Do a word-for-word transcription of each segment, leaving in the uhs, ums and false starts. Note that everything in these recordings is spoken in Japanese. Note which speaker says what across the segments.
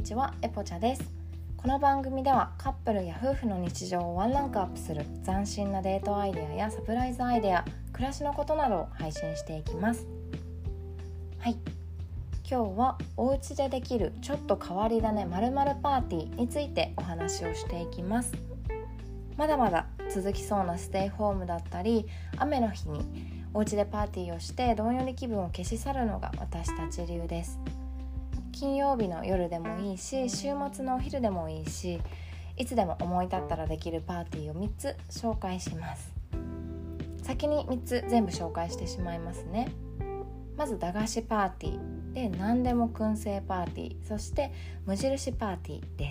Speaker 1: ちは、エポチャです。この番組ではカップルや夫婦の日常をワンランクアップする斬新なデートアイデアやサプライズアイデア、暮らしのことなどを配信していきます。はい、今日はお家でできるちょっと変わり種〇〇パーティーについてお話をしていきます。まだまだ続きそうなステイホームだったり、雨の日にお家でパーティーをしてどんより気分を消し去るのが私たち流です。金曜日の夜でもいいし、週末のお昼でもいいし、いつでも思い立ったらできるパーティーをみっつ紹介します。先にみっつ全部紹介してしまいますね。まず駄菓子パーティーで、何でも燻製パーティー、そして無印パーティーです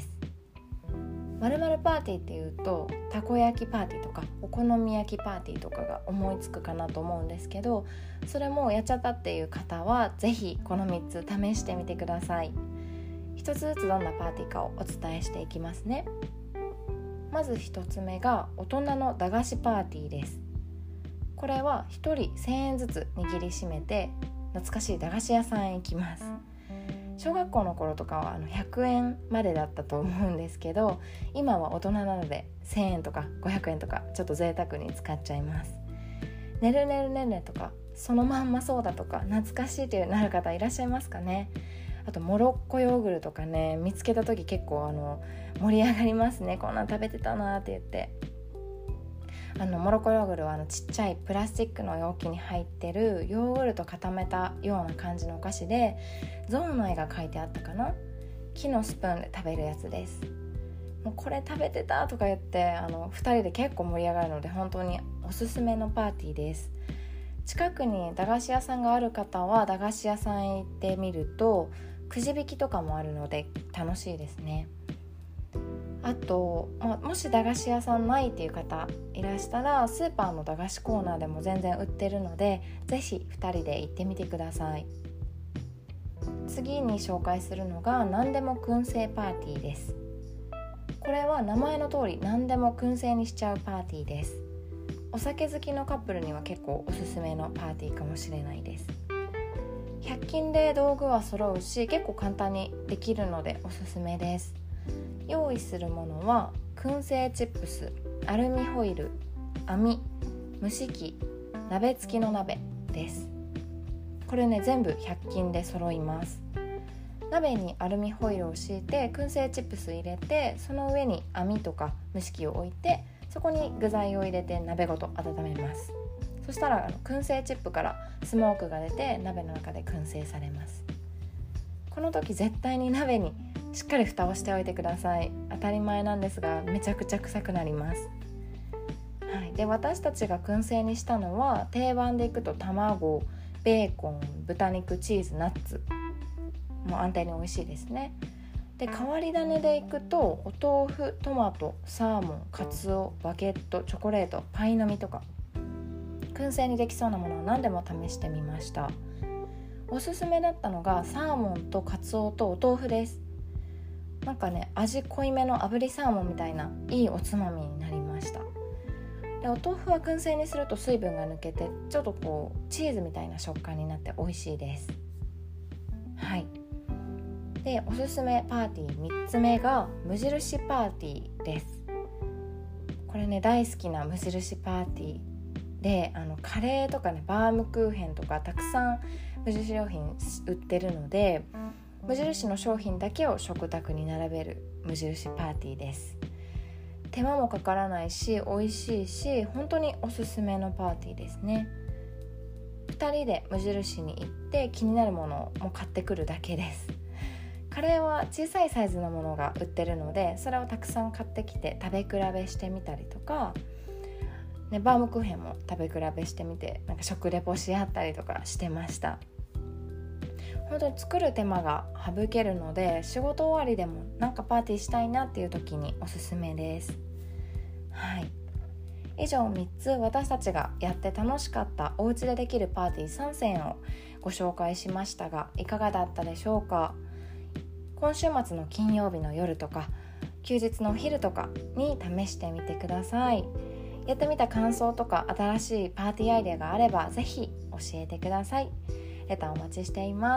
Speaker 1: 。〇〇パーティーっていうと、たこ焼きパーティーとかお好み焼きパーティーとかが思いつくかなと思うんですけど、それもやっちゃったっていう方はぜひこのみっつ試してみてください。一つずつどんなパーティーかをお伝えしていきますね。まず一つ目が大人の駄菓子パーティーです。これはひとりせんえんずつ握りしめて懐かしい駄菓子屋さんへ行きます。小学校の頃とかはあのひゃくえんまでだったと思うんですけど、今は大人なのでせんえんとかごひゃくえんとかちょっと贅沢に使っちゃいます。ねるねるねるねとかそのまんまそうだとか懐かしいというなる方いらっしゃいますかね。あとモロッコヨーグルとかね、見つけた時結構あの盛り上がりますね。こんなん食べてたなって言って。あのモロッコヨーグルはあのちっちゃいプラスチックの容器に入ってるヨーグルト固めたような感じのお菓子で、象の絵が描いてあったかな。木のスプーンで食べるやつです。もうこれ食べてたとか言ってあのふたりで結構盛り上がるので、本当におすすめのパーティーです。近くに駄菓子屋さんがある方は駄菓子屋さんへ行ってみるとくじ引きとかもあるので楽しいですね。あと、まあ、もし駄菓子屋さんないっていう方いらしたら、スーパーの駄菓子コーナーでも全然売ってるので、ぜひふたりで行ってみてください。次に紹介するのが何でも燻製パーティーです。これは名前の通り何でも燻製にしちゃうパーティーです。お酒好きのカップルには結構おすすめのパーティーかもしれないです。ひゃく均で道具は揃うし、結構簡単にできるのでおすすめです。用意するものは燻製チップス、アルミホイル、網、蒸し器、鍋付きの鍋です。これね全部ひゃく均で揃います。鍋にアルミホイルを敷いて燻製チップス入れて、その上に網とか蒸し器を置いて、そこに具材を入れて鍋ごと温めます。そしたらあの燻製チップからスモークが出て鍋の中で燻製されます。この時絶対に鍋にしっかり蓋をしておいてください。当たり前なんですがめちゃくちゃ臭くなります。はい、で私たちが燻製にしたのは定番でいくと卵、ベーコン、豚肉、チーズ、ナッツ、もう安定に美味しいですね。で変わり種でいくとお豆腐、トマト、サーモン、カツオ、バゲット、チョコレート、パイの実とか燻製にできそうなものを何でも試してみました。おすすめだったのがサーモンとカツオとお豆腐です。なんかね味濃いめの炙りサーモンみたいないいおつまみになりました。でお豆腐は燻製にすると水分が抜けてちょっとこうチーズみたいな食感になって美味しいです。はい。でおすすめパーティーみっつめが無印パーティーです。これね大好きな無印パーティーで、あのカレーとかねバームクーヘンとかたくさん無印良品売ってるので、無印の商品だけを食卓に並べる無印パーティーです。手間もかからないし美味しいし、本当におすすめのパーティーですね。ふたりで無印に行って気になるものをもう買ってくるだけです。カレーは小さいサイズのものが売ってるので、それをたくさん買ってきて食べ比べしてみたりとか、ね、バームクーヘンも食べ比べしてみて、なんか食レポし合ったりとかしてました。本当に作る手間が省けるので、仕事終わりでもなんかパーティーしたいなっていう時におすすめです。はい。以上みっつ私たちがやって楽しかったお家でできるパーティーさんせんをご紹介しましたが、いかがだったでしょうか。今週末の金曜日の夜とか休日のお昼とかに試してみてください。やってみた感想とか新しいパーティーアイデアがあればぜひ教えてください。レターお待ちしています。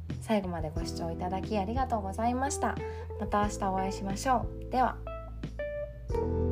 Speaker 1: 最後までご視聴いただきありがとうございました。また明日お会いしましょう。では。